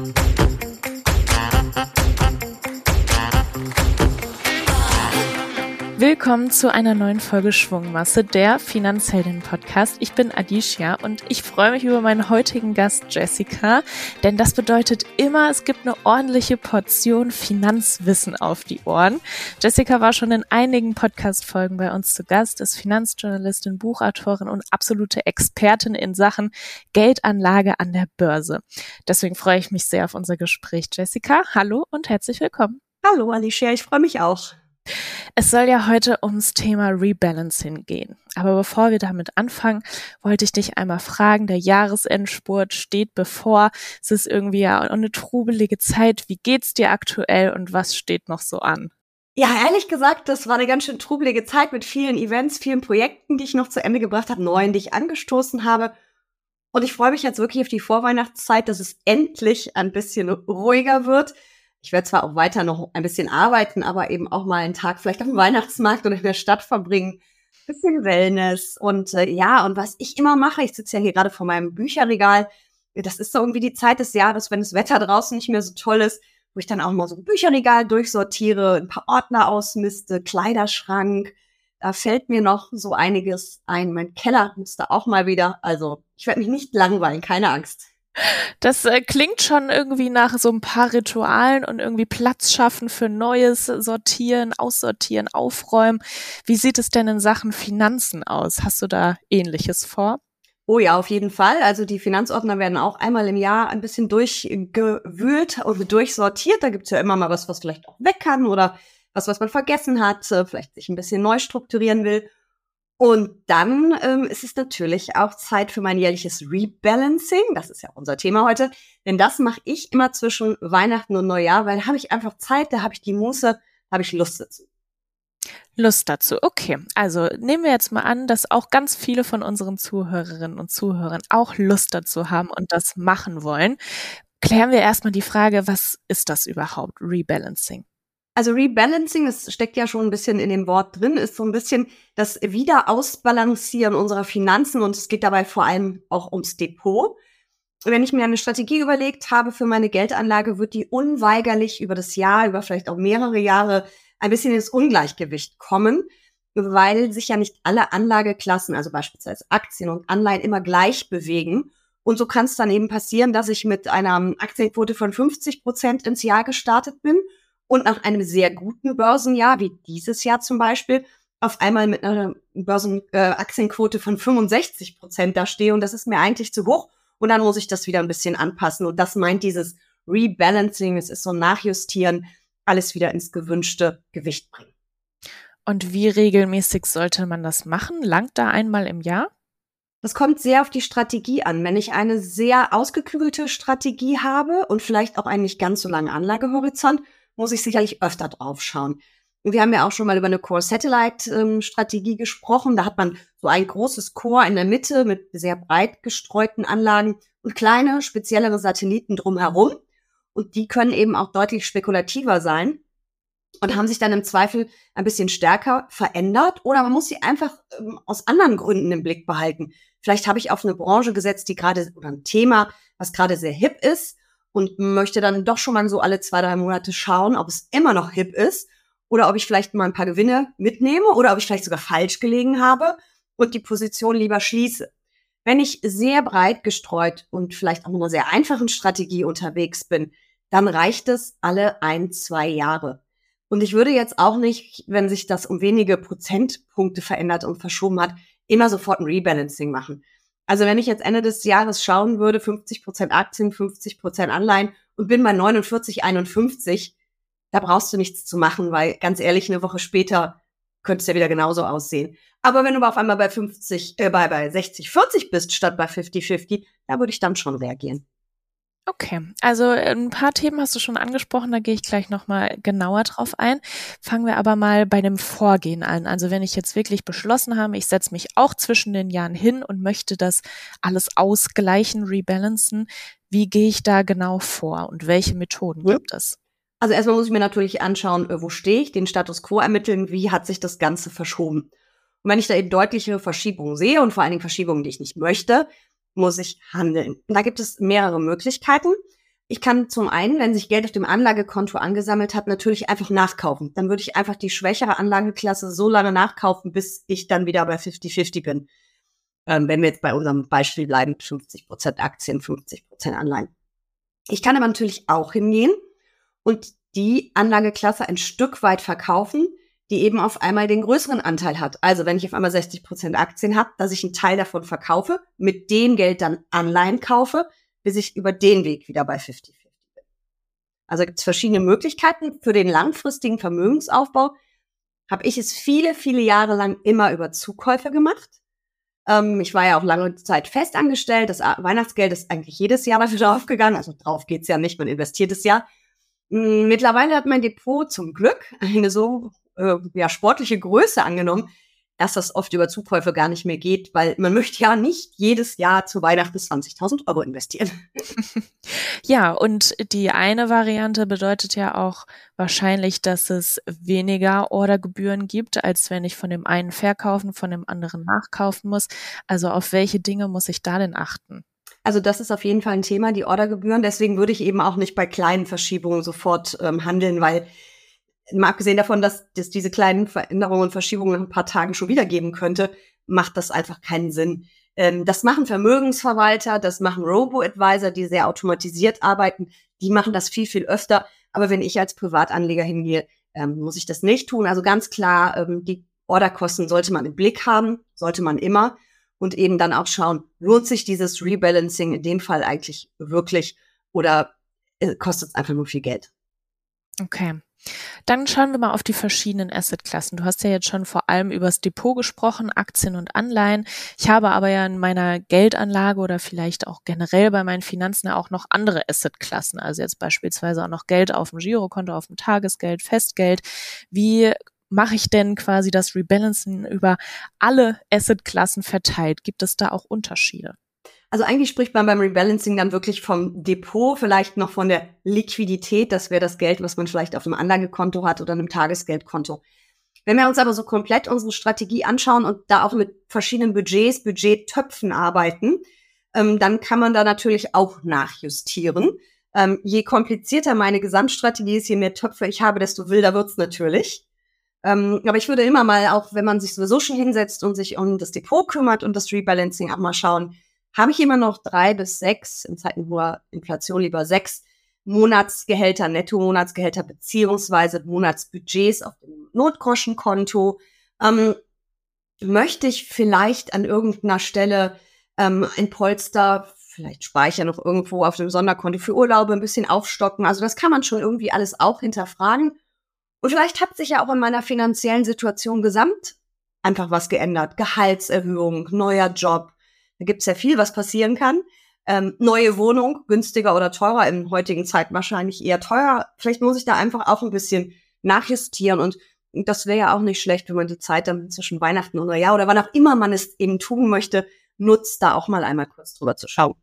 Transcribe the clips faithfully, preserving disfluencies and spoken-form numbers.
Willkommen zu einer neuen Folge Schwungmasse, der Finanzheldin-Podcast. Ich bin Adisha und ich freue mich über meinen heutigen Gast Jessica, denn das bedeutet immer, es gibt eine ordentliche Portion Finanzwissen auf die Ohren. Jessica war schon in einigen Podcast-Folgen bei uns zu Gast, ist Finanzjournalistin, Buchautorin und absolute Expertin in Sachen Geldanlage an der Börse. Deswegen freue ich mich sehr auf unser Gespräch. Jessica, hallo und herzlich willkommen. Hallo Alicia, ich freue mich auch. Es soll ja heute ums Thema Rebalancing gehen. Aber bevor wir damit anfangen, wollte ich dich einmal fragen, der Jahresendspurt steht bevor. Es ist irgendwie ja eine trubelige Zeit. Wie geht's dir aktuell und was steht noch so an? Ja, ehrlich gesagt, das war eine ganz schön trubelige Zeit mit vielen Events, vielen Projekten, die ich noch zu Ende gebracht habe, neuen, die ich angestoßen habe. Und ich freue mich jetzt wirklich auf die Vorweihnachtszeit, dass es endlich ein bisschen ruhiger wird. Ich werde zwar auch weiter noch ein bisschen arbeiten, aber eben auch mal einen Tag vielleicht auf dem Weihnachtsmarkt oder in der Stadt verbringen. Ein bisschen Wellness und äh, ja, und was ich immer mache, ich sitze ja hier gerade vor meinem Bücherregal, das ist so irgendwie die Zeit des Jahres, wenn das Wetter draußen nicht mehr so toll ist, wo ich dann auch mal so ein Bücherregal durchsortiere, ein paar Ordner ausmiste, Kleiderschrank. Da fällt mir noch so einiges ein. Mein Keller musste auch mal wieder, also ich werde mich nicht langweilen, keine Angst. Das äh, klingt schon irgendwie nach so ein paar Ritualen und irgendwie Platz schaffen für Neues, sortieren, aussortieren, aufräumen. Wie sieht es denn in Sachen Finanzen aus? Hast du da Ähnliches vor? Oh ja, auf jeden Fall. Also die Finanzordner werden auch einmal im Jahr ein bisschen durchgewühlt oder durchsortiert. Da gibt's ja immer mal was, was vielleicht auch weg kann oder was, was man vergessen hat, vielleicht sich ein bisschen neu strukturieren will. Und dann ähm, ist es natürlich auch Zeit für mein jährliches Rebalancing. Das ist ja unser Thema heute. Denn das mache ich immer zwischen Weihnachten und Neujahr, weil da habe ich einfach Zeit, da habe ich die Muße, da habe ich Lust dazu. Lust dazu, okay. Also nehmen wir jetzt mal an, dass auch ganz viele von unseren Zuhörerinnen und Zuhörern auch Lust dazu haben und das machen wollen. Klären wir erstmal die Frage, was ist das überhaupt, Rebalancing? Also Rebalancing, das steckt ja schon ein bisschen in dem Wort drin, ist so ein bisschen das Wiederausbalancieren unserer Finanzen und es geht dabei vor allem auch ums Depot. Wenn ich mir eine Strategie überlegt habe für meine Geldanlage, wird die unweigerlich über das Jahr, über vielleicht auch mehrere Jahre ein bisschen ins Ungleichgewicht kommen, weil sich ja nicht alle Anlageklassen, also beispielsweise Aktien und Anleihen, immer gleich bewegen. Und so kann es dann eben passieren, dass ich mit einer Aktienquote von fünfzig Prozent ins Jahr gestartet bin und nach einem sehr guten Börsenjahr, wie dieses Jahr zum Beispiel, auf einmal mit einer Börsenaktienquote äh, von fünfundsechzig Prozent da stehe. Und das ist mir eigentlich zu hoch. Und dann muss ich das wieder ein bisschen anpassen. Und das meint dieses Rebalancing. Es ist so ein Nachjustieren, alles wieder ins gewünschte Gewicht bringen. Und wie regelmäßig sollte man das machen? Langt da einmal im Jahr? Das kommt sehr auf die Strategie an. Wenn ich eine sehr ausgeklügelte Strategie habe und vielleicht auch einen nicht ganz so langen Anlagehorizont, muss ich sicherlich öfter drauf schauen. Wir haben ja auch schon mal über eine Core-Satellite-Strategie gesprochen. Da hat man so ein großes Core in der Mitte mit sehr breit gestreuten Anlagen und kleine, speziellere Satelliten drumherum. Und die können eben auch deutlich spekulativer sein und haben sich dann im Zweifel ein bisschen stärker verändert. Oder man muss sie einfach ähm, aus anderen Gründen im Blick behalten. Vielleicht habe ich auf eine Branche gesetzt, die gerade, oder ein Thema, was gerade sehr hip ist, und möchte dann doch schon mal so alle zwei, drei Monate schauen, ob es immer noch hip ist oder ob ich vielleicht mal ein paar Gewinne mitnehme oder ob ich vielleicht sogar falsch gelegen habe und die Position lieber schließe. Wenn ich sehr breit gestreut und vielleicht auch mit einer sehr einfachen Strategie unterwegs bin, dann reicht es alle ein, zwei Jahre. Und ich würde jetzt auch nicht, wenn sich das um wenige Prozentpunkte verändert und verschoben hat, immer sofort ein Rebalancing machen. Also wenn ich jetzt Ende des Jahres schauen würde, fünfzig Prozent Aktien, fünfzig Prozent Anleihen und bin bei neunundvierzig, einundfünfzig, da brauchst du nichts zu machen, weil ganz ehrlich, eine Woche später könnte es ja wieder genauso aussehen. Aber wenn du aber auf einmal bei fünfzig, äh, bei, bei sechzig, vierzig bist statt bei fünfzig fünfzig, da würde ich dann schon reagieren. Okay, also ein paar Themen hast du schon angesprochen, da gehe ich gleich nochmal genauer drauf ein. Fangen wir aber mal bei dem Vorgehen an. Also wenn ich jetzt wirklich beschlossen habe, ich setze mich auch zwischen den Jahren hin und möchte das alles ausgleichen, rebalancen, wie gehe ich da genau vor und welche Methoden Ja. gibt es? Also erstmal muss ich mir natürlich anschauen, wo stehe ich, den Status quo ermitteln, wie hat sich das Ganze verschoben. Und wenn ich da eben deutliche Verschiebungen sehe und vor allen Dingen Verschiebungen, die ich nicht möchte, muss ich handeln. Und da gibt es mehrere Möglichkeiten. Ich kann zum einen, wenn sich Geld auf dem Anlagekonto angesammelt hat, natürlich einfach nachkaufen. Dann würde ich einfach die schwächere Anlageklasse so lange nachkaufen, bis ich dann wieder bei fünfzig fünfzig bin. Ähm, wenn wir jetzt bei unserem Beispiel bleiben, fünfzig Prozent Aktien, fünfzig Prozent Anleihen. Ich kann aber natürlich auch hingehen und die Anlageklasse ein Stück weit verkaufen, die eben auf einmal den größeren Anteil hat. Also wenn ich auf einmal sechzig Prozent Aktien habe, dass ich einen Teil davon verkaufe, mit dem Geld dann Anleihen kaufe, bis ich über den Weg wieder bei fünfzig fünfzig bin. Also gibt es verschiedene Möglichkeiten. Für den langfristigen Vermögensaufbau habe ich es viele, viele Jahre lang immer über Zukäufe gemacht. Ähm, ich war ja auch lange Zeit festangestellt. Das Weihnachtsgeld ist eigentlich jedes Jahr dafür draufgegangen. Also drauf geht's ja nicht, man investiert es ja. Mittlerweile hat mein Depot zum Glück eine so äh, ja, sportliche Größe angenommen, dass das oft über Zukäufe gar nicht mehr geht, weil man möchte ja nicht jedes Jahr zu Weihnachten zwanzigtausend Euro investieren. Ja, und die eine Variante bedeutet ja auch wahrscheinlich, dass es weniger Ordergebühren gibt, als wenn ich von dem einen verkaufen, von dem anderen nachkaufen muss. Also auf welche Dinge muss ich da denn achten? Also das ist auf jeden Fall ein Thema, die Ordergebühren. Deswegen würde ich eben auch nicht bei kleinen Verschiebungen sofort ähm, handeln, weil mal abgesehen davon, dass es diese kleinen Veränderungen und Verschiebungen nach ein paar Tagen schon wieder geben könnte, macht das einfach keinen Sinn. Ähm, das machen Vermögensverwalter, das machen Robo-Advisor, die sehr automatisiert arbeiten. Die machen das viel, viel öfter. Aber wenn ich als Privatanleger hingehe, ähm, muss ich das nicht tun. Also ganz klar, ähm, die Orderkosten sollte man im Blick haben, sollte man immer. Und eben dann auch schauen, lohnt sich dieses Rebalancing in dem Fall eigentlich wirklich oder äh, kostet es einfach nur viel Geld? Okay. Dann schauen wir mal auf die verschiedenen Assetklassen. Du hast ja jetzt schon vor allem über das Depot gesprochen, Aktien und Anleihen. Ich habe aber ja in meiner Geldanlage oder vielleicht auch generell bei meinen Finanzen ja auch noch andere Assetklassen. Also jetzt beispielsweise auch noch Geld auf dem Girokonto, auf dem Tagesgeld, Festgeld. Wie mache ich denn quasi das Rebalancen über alle Assetklassen verteilt? Gibt es da auch Unterschiede? Also eigentlich spricht man beim Rebalancing dann wirklich vom Depot, vielleicht noch von der Liquidität. Das wäre das Geld, was man vielleicht auf einem Anlagekonto hat oder einem Tagesgeldkonto. Wenn wir uns aber so komplett unsere Strategie anschauen und da auch mit verschiedenen Budgets, Budgettöpfen arbeiten, ähm, dann kann man da natürlich auch nachjustieren. Ähm, je komplizierter meine Gesamtstrategie ist, je mehr Töpfe ich habe, desto wilder wird's natürlich. Ähm, aber ich würde immer mal, auch wenn man sich sowieso schon hinsetzt und sich um das Depot kümmert und das Rebalancing, auch mal schauen, habe ich immer noch drei bis sechs, in Zeiten hoher Inflation lieber sechs Monatsgehälter, Netto-Monatsgehälter beziehungsweise Monatsbudgets auf dem Notgroschenkonto. Ähm, möchte ich vielleicht an irgendeiner Stelle ähm, ein Polster, vielleicht Speicher noch irgendwo auf dem Sonderkonto für Urlaube ein bisschen aufstocken. Also das kann man schon irgendwie alles auch hinterfragen. Und vielleicht hat sich ja auch in meiner finanziellen Situation gesamt einfach was geändert. Gehaltserhöhung, neuer Job. Da gibt's ja viel, was passieren kann. Ähm, neue Wohnung, günstiger oder teurer, in heutigen Zeiten wahrscheinlich eher teuer. Vielleicht muss ich da einfach auch ein bisschen nachjustieren. Und das wäre ja auch nicht schlecht, wenn man die Zeit dann zwischen Weihnachten und Neujahr oder wann auch immer man es eben tun möchte, nutzt, da auch mal einmal kurz drüber zu schauen.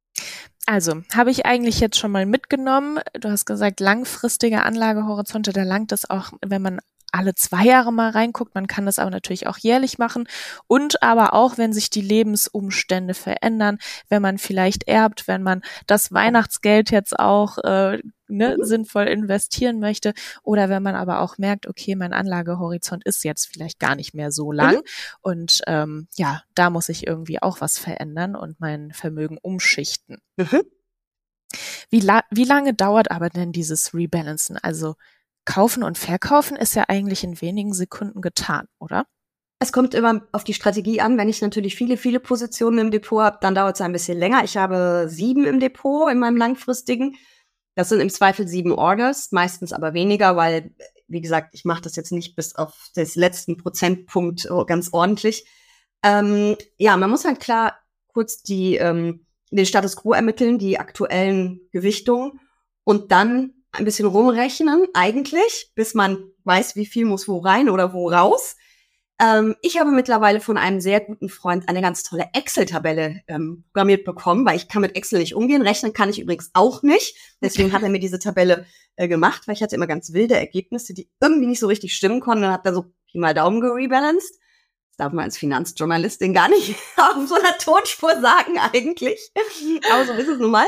Also, habe ich eigentlich jetzt schon mal mitgenommen. Du hast gesagt, langfristige Anlagehorizonte, da langt es auch, wenn man alle zwei Jahre mal reinguckt. Man kann das aber natürlich auch jährlich machen und aber auch, wenn sich die Lebensumstände verändern, wenn man vielleicht erbt, wenn man das Weihnachtsgeld jetzt auch äh, ne, sinnvoll investieren möchte oder wenn man aber auch merkt, okay, mein Anlagehorizont ist jetzt vielleicht gar nicht mehr so lang mhm. und ähm, ja, da muss ich irgendwie auch was verändern und mein Vermögen umschichten. Mhm. Wie, la- wie lange dauert aber denn dieses Rebalancen? Also Kaufen und Verkaufen ist ja eigentlich in wenigen Sekunden getan, oder? Es kommt immer auf die Strategie an. Wenn ich natürlich viele, viele Positionen im Depot habe, dann dauert es ein bisschen länger. Ich habe sieben im Depot in meinem langfristigen. Das sind im Zweifel sieben Orders, meistens aber weniger, weil, wie gesagt, ich mache das jetzt nicht bis auf den letzten Prozentpunkt ganz ordentlich. Ähm, ja, man muss halt klar kurz die ähm, den Status Quo ermitteln, die aktuellen Gewichtungen und dann ein bisschen rumrechnen, eigentlich, bis man weiß, wie viel muss wo rein oder wo raus. Ähm, ich habe mittlerweile von einem sehr guten Freund eine ganz tolle Excel-Tabelle ähm, programmiert bekommen, weil ich kann mit Excel nicht umgehen. Rechnen kann ich übrigens auch nicht. Deswegen hat er mir diese Tabelle äh, gemacht, weil ich hatte immer ganz wilde Ergebnisse, die irgendwie nicht so richtig stimmen konnten. Und hat dann so Pi mal Daumen gerebalanced. Das darf man als Finanzjournalistin gar nicht auf so einer Tonspur sagen eigentlich. Aber so ist es nun mal.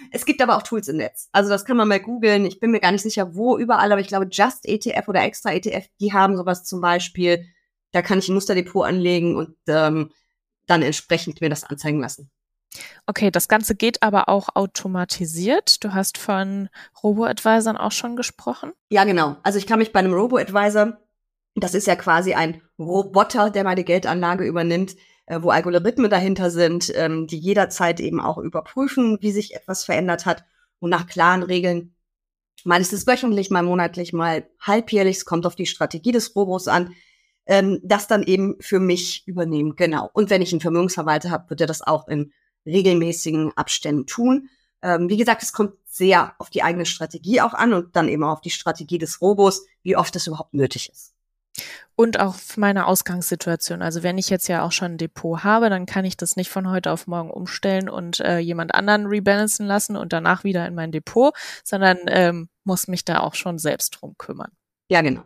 Es gibt aber auch Tools im Netz. Also das kann man mal googeln. Ich bin mir gar nicht sicher, wo überall, aber ich glaube, Just E T F oder Extra E T F, die haben sowas zum Beispiel. Da kann ich ein Musterdepot anlegen und ähm, dann entsprechend mir das anzeigen lassen. Okay, das Ganze geht aber auch automatisiert. Du hast von Robo-Advisern auch schon gesprochen? Ja, genau. Also ich kann mich bei einem Robo-Advisor, das ist ja quasi ein Roboter, der meine Geldanlage übernimmt, äh, wo Algorithmen dahinter sind, ähm, die jederzeit eben auch überprüfen, wie sich etwas verändert hat und nach klaren Regeln. Mal ist es wöchentlich, mal monatlich, mal halbjährlich. Es kommt auf die Strategie des Robos an. Ähm, das dann eben für mich übernehmen. Genau. Und wenn ich einen Vermögensverwalter habe, wird er das auch in regelmäßigen Abständen tun. Ähm, wie gesagt, es kommt sehr auf die eigene Strategie auch an und dann eben auch auf die Strategie des Robos, wie oft es überhaupt nötig ist. Und auch meine Ausgangssituation. Also wenn ich jetzt ja auch schon ein Depot habe, dann kann ich das nicht von heute auf morgen umstellen und äh, jemand anderen rebalancen lassen und danach wieder in mein Depot, sondern ähm, muss mich da auch schon selbst drum kümmern. Ja, genau.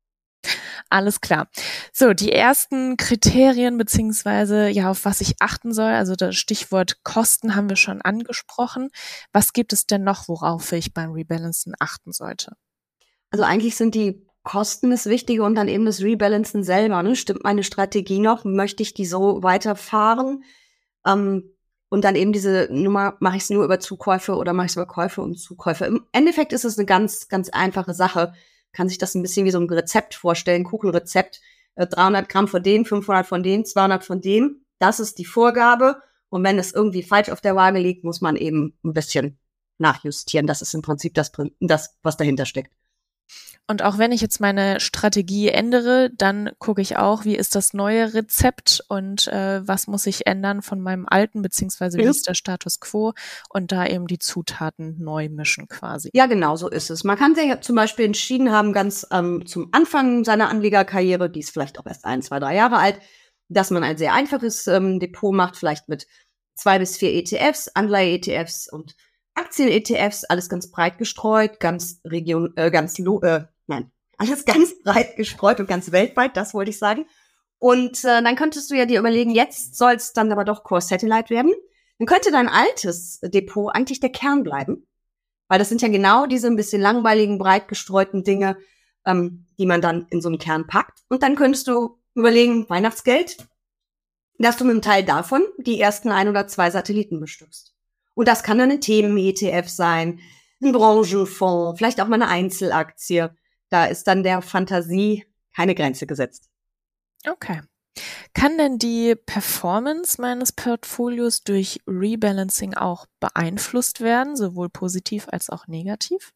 Alles klar. So, die ersten Kriterien beziehungsweise ja, auf was ich achten soll, also das Stichwort Kosten haben wir schon angesprochen. Was gibt es denn noch, worauf ich beim Rebalancen achten sollte? Also eigentlich sind die Kosten das Wichtige und dann eben das Rebalancen selber. Ne? Stimmt meine Strategie noch? Möchte ich die so weiterfahren? Ähm, und dann eben diese Nummer, mache ich es nur über Zukäufe oder mache ich es über Käufe und Zukäufe? Im Endeffekt ist es eine ganz, ganz einfache Sache. Kann sich das ein bisschen wie so ein Rezept vorstellen, Kuchenrezept. Äh, dreihundert Gramm von dem, fünfhundert von dem, zweihundert von dem. Das ist die Vorgabe. Und wenn es irgendwie falsch auf der Waage liegt, muss man eben ein bisschen nachjustieren. Das ist im Prinzip das, das was dahinter steckt. Und auch wenn ich jetzt meine Strategie ändere, dann gucke ich auch, wie ist das neue Rezept und äh, was muss ich ändern von meinem alten, beziehungsweise wie Ja. ist der Status quo und da eben die Zutaten neu mischen quasi. Ja, genau, so ist es. Man kann sich ja zum Beispiel entschieden haben, ganz ähm, zum Anfang seiner Anlegerkarriere, die ist vielleicht auch erst ein, zwei, drei Jahre alt, dass man ein sehr einfaches ähm, Depot macht, vielleicht mit zwei bis vier E T Fs, Anleihe-E T Fs und Aktien-E T Fs, alles ganz breit gestreut, ganz Region, äh, ganz lo äh, nein, alles ganz breit gestreut und ganz weltweit, das wollte ich sagen. Und äh, dann könntest du ja dir überlegen, jetzt soll es dann aber doch Core Satellite werden. Dann könnte dein altes Depot eigentlich der Kern bleiben, weil das sind ja genau diese ein bisschen langweiligen, breit gestreuten Dinge, ähm, die man dann in so einen Kern packt. Und dann könntest du überlegen, Weihnachtsgeld, dass du mit einem Teil davon die ersten ein oder zwei Satelliten bestückst. Und das kann dann ein Themen-E T F sein, ein Branchenfonds, vielleicht auch mal eine Einzelaktie. Da ist dann der Fantasie keine Grenze gesetzt. Okay. Kann denn die Performance meines Portfolios durch Rebalancing auch beeinflusst werden, sowohl positiv als auch negativ?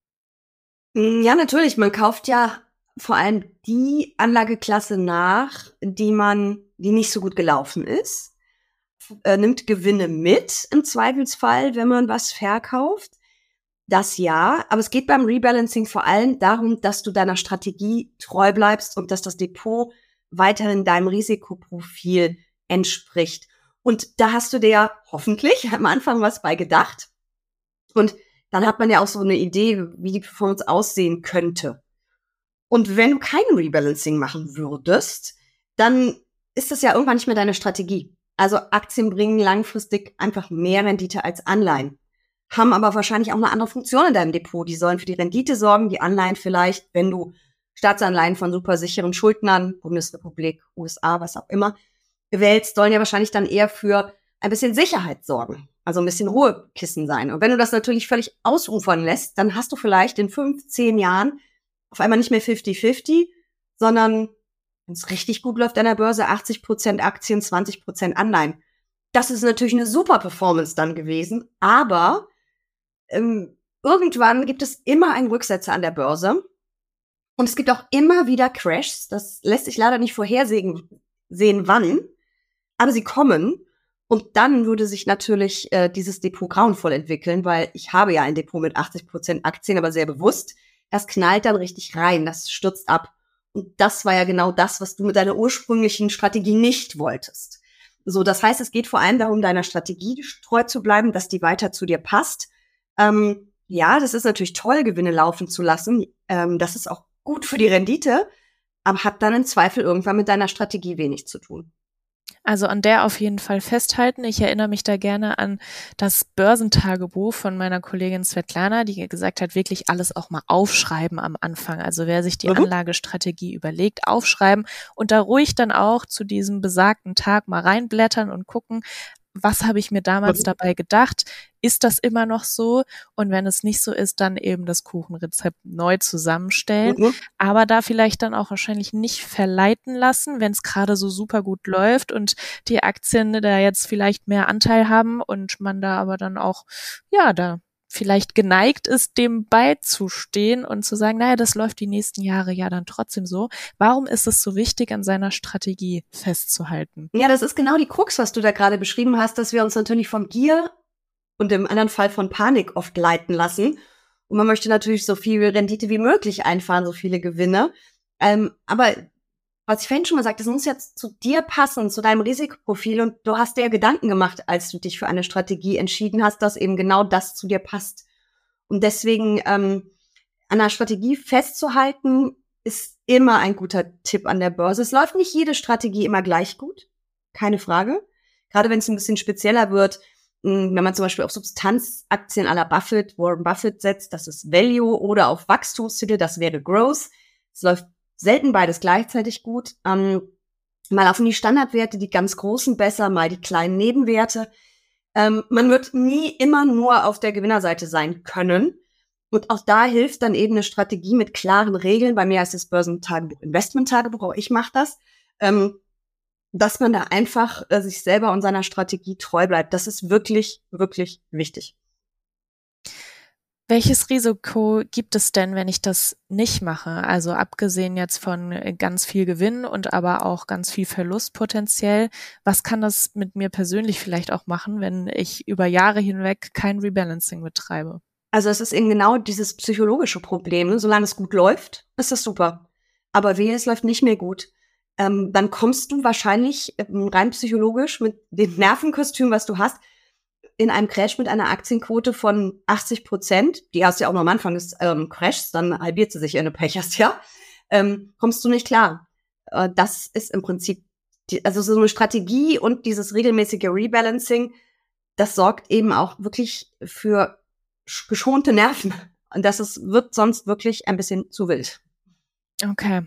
Ja, natürlich. Man kauft ja vor allem die Anlageklasse nach, die man, die nicht so gut gelaufen ist, äh, nimmt Gewinne mit im Zweifelsfall, wenn man was verkauft. Das ja, aber es geht beim Rebalancing vor allem darum, dass du deiner Strategie treu bleibst und dass das Depot weiterhin deinem Risikoprofil entspricht. Und da hast du dir ja hoffentlich am Anfang was bei gedacht. Und dann hat man ja auch so eine Idee, wie die Performance aussehen könnte. Und wenn du kein Rebalancing machen würdest, dann ist das ja irgendwann nicht mehr deine Strategie. Also Aktien bringen langfristig einfach mehr Rendite als Anleihen, haben aber wahrscheinlich auch eine andere Funktion in deinem Depot. Die sollen für die Rendite sorgen, die Anleihen vielleicht, wenn du Staatsanleihen von super sicheren Schuldnern, Bundesrepublik, U S A, was auch immer, wählst, sollen ja wahrscheinlich dann eher für ein bisschen Sicherheit sorgen. Also ein bisschen Ruhekissen sein. Und wenn du das natürlich völlig ausufern lässt, dann hast du vielleicht in fünf, zehn Jahren auf einmal nicht mehr fifty fifty, sondern, wenn es richtig gut läuft an der Börse, achtzig Prozent Aktien, zwanzig Prozent Anleihen. Das ist natürlich eine super Performance dann gewesen, aber ähm, irgendwann gibt es immer einen Rücksetzer an der Börse und es gibt auch immer wieder Crashs. Das lässt sich leider nicht vorhersehen, sehen wann, aber sie kommen. Und dann würde sich natürlich äh, dieses Depot grauenvoll entwickeln, weil ich habe ja ein Depot mit achtzig Prozent Aktien, aber sehr bewusst. Das knallt dann richtig rein, das stürzt ab. Und das war ja genau das, was du mit deiner ursprünglichen Strategie nicht wolltest. So, das heißt, es geht vor allem darum, deiner Strategie treu zu bleiben, dass die weiter zu dir passt. Ähm, ja, das ist natürlich toll, Gewinne laufen zu lassen. Ähm, das ist auch gut für die Rendite, aber hat dann im Zweifel irgendwann mit deiner Strategie wenig zu tun. Also an der auf jeden Fall festhalten. Ich erinnere mich da gerne an das Börsentagebuch von meiner Kollegin Svetlana, die gesagt hat, wirklich alles auch mal aufschreiben am Anfang. Also wer sich die mhm. Anlagestrategie überlegt, aufschreiben und da ruhig dann auch zu diesem besagten Tag mal reinblättern und gucken, was habe ich mir damals mhm. dabei gedacht? Ist das immer noch so? Und wenn es nicht so ist, dann eben das Kuchenrezept neu zusammenstellen. Mhm. Aber da vielleicht dann auch wahrscheinlich nicht verleiten lassen, wenn es gerade so super gut läuft und die Aktien da jetzt vielleicht mehr Anteil haben und man da aber dann auch, ja, da vielleicht geneigt ist, dem beizustehen und zu sagen, naja, das läuft die nächsten Jahre ja dann trotzdem so. Warum ist es so wichtig, an seiner Strategie festzuhalten? Ja, das ist genau die Krux, was du da gerade beschrieben hast, dass wir uns natürlich von Gier und im anderen Fall von Panik oft leiten lassen. Und man möchte natürlich so viel Rendite wie möglich einfahren, so viele Gewinne. Ähm, aber was ich vorhin schon mal sagte, das muss jetzt zu dir passen, zu deinem Risikoprofil. Und du hast dir ja Gedanken gemacht, als du dich für eine Strategie entschieden hast, dass eben genau das zu dir passt. Und deswegen ähm, an einer Strategie festzuhalten, ist immer ein guter Tipp an der Börse. Es läuft nicht jede Strategie immer gleich gut, keine Frage. Gerade wenn es ein bisschen spezieller wird, wenn man zum Beispiel auf Substanzaktien à la Buffett, Warren Buffett setzt, das ist Value, oder auf Wachstumstitel, das wäre Growth. Es läuft selten beides gleichzeitig gut. Ähm, mal auf die Standardwerte, die ganz großen besser, mal die kleinen Nebenwerte. Ähm, man wird nie immer nur auf der Gewinnerseite sein können. Und auch da hilft dann eben eine Strategie mit klaren Regeln. Bei mir heißt es Börsentagebuch, Investmenttagebuch, auch ich mache das. Ähm, dass man da einfach äh, sich selber und seiner Strategie treu bleibt. Das ist wirklich, wirklich wichtig. Welches Risiko gibt es denn, wenn ich das nicht mache? Also abgesehen jetzt von ganz viel Gewinn und aber auch ganz viel Verlust potenziell. Was kann das mit mir persönlich vielleicht auch machen, wenn ich über Jahre hinweg kein Rebalancing betreibe? Also es ist eben genau dieses psychologische Problem. Solange es gut läuft, ist das super. Aber wehe, es läuft nicht mehr gut. Ähm, dann kommst du wahrscheinlich ähm, rein psychologisch mit dem Nervenkostüm, was du hast, in einem Crash mit einer Aktienquote von achtzig Prozent, die hast du ja auch noch am Anfang des ähm, Crashs, dann halbiert sie sich, wenn du Pech hast, ja, ähm, kommst du nicht klar. Äh, das ist im Prinzip, die, also so eine Strategie und dieses regelmäßige Rebalancing, das sorgt eben auch wirklich für geschonte Nerven. Und das ist, wird sonst wirklich ein bisschen zu wild. Okay.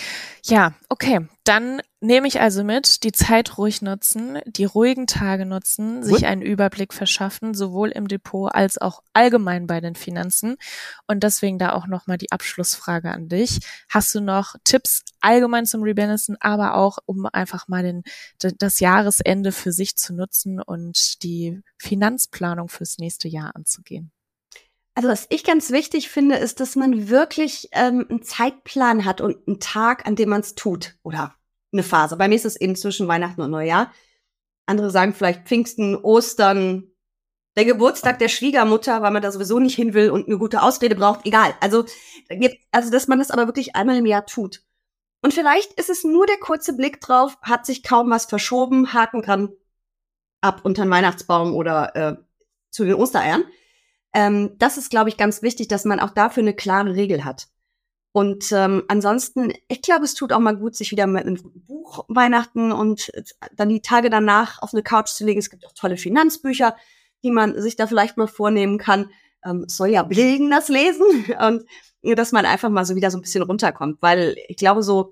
Ja, okay. Dann nehme ich also mit, die Zeit ruhig nutzen, die ruhigen Tage nutzen, sich einen Überblick verschaffen, sowohl im Depot als auch allgemein bei den Finanzen. Und deswegen da auch nochmal die Abschlussfrage an dich. Hast du noch Tipps allgemein zum Rebalancen, aber auch, um einfach mal den, das Jahresende für sich zu nutzen und die Finanzplanung fürs nächste Jahr anzugehen? Also was ich ganz wichtig finde, ist, dass man wirklich ähm, einen Zeitplan hat und einen Tag, an dem man es tut. Oder eine Phase. Bei mir ist es eben zwischen Weihnachten und Neujahr. Andere sagen vielleicht Pfingsten, Ostern, der Geburtstag der Schwiegermutter, weil man da sowieso nicht hin will und eine gute Ausrede braucht. Egal. Also, also dass man das aber wirklich einmal im Jahr tut. Und vielleicht ist es nur der kurze Blick drauf, hat sich kaum was verschoben, Haken dran, ab unter den Weihnachtsbaum oder äh, zu den Ostereiern. Ähm, das ist, glaube ich, ganz wichtig, dass man auch dafür eine klare Regel hat. Und ähm, ansonsten, ich glaube, es tut auch mal gut, sich wieder mit einem guten Buch Weihnachten und dann die Tage danach auf eine Couch zu legen. Es gibt auch tolle Finanzbücher, die man sich da vielleicht mal vornehmen kann. Ähm, es soll ja bilden, das Lesen. Und dass man einfach mal so wieder so ein bisschen runterkommt. Weil ich glaube so,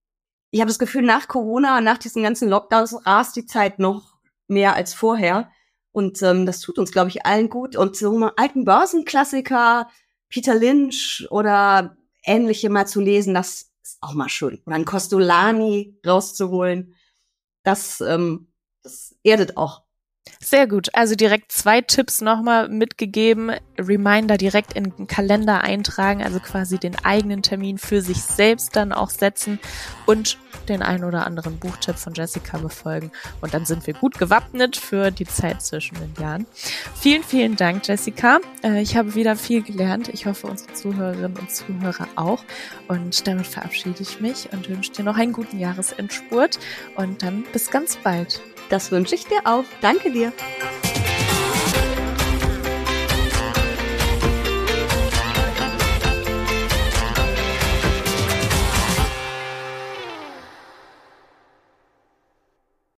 ich habe das Gefühl, nach Corona, nach diesen ganzen Lockdowns rast die Zeit noch mehr als vorher. Und ähm, das tut uns, glaube ich, allen gut. Und so einen alten Börsenklassiker, Peter Lynch oder ähnliche mal zu lesen, das ist auch mal schön. Oder ein Costolani rauszuholen, das, ähm, das erdet auch. Sehr gut. Also direkt zwei Tipps nochmal mitgegeben. Reminder direkt in den Kalender eintragen, also quasi den eigenen Termin für sich selbst dann auch setzen und den ein oder anderen Buchtipp von Jessica befolgen. Und dann sind wir gut gewappnet für die Zeit zwischen den Jahren. Vielen, vielen Dank, Jessica. Ich habe wieder viel gelernt. Ich hoffe, unsere Zuhörerinnen und Zuhörer auch. Und damit verabschiede ich mich und wünsche dir noch einen guten Jahresendspurt. Und dann bis ganz bald. Das wünsche ich dir auch. Danke dir.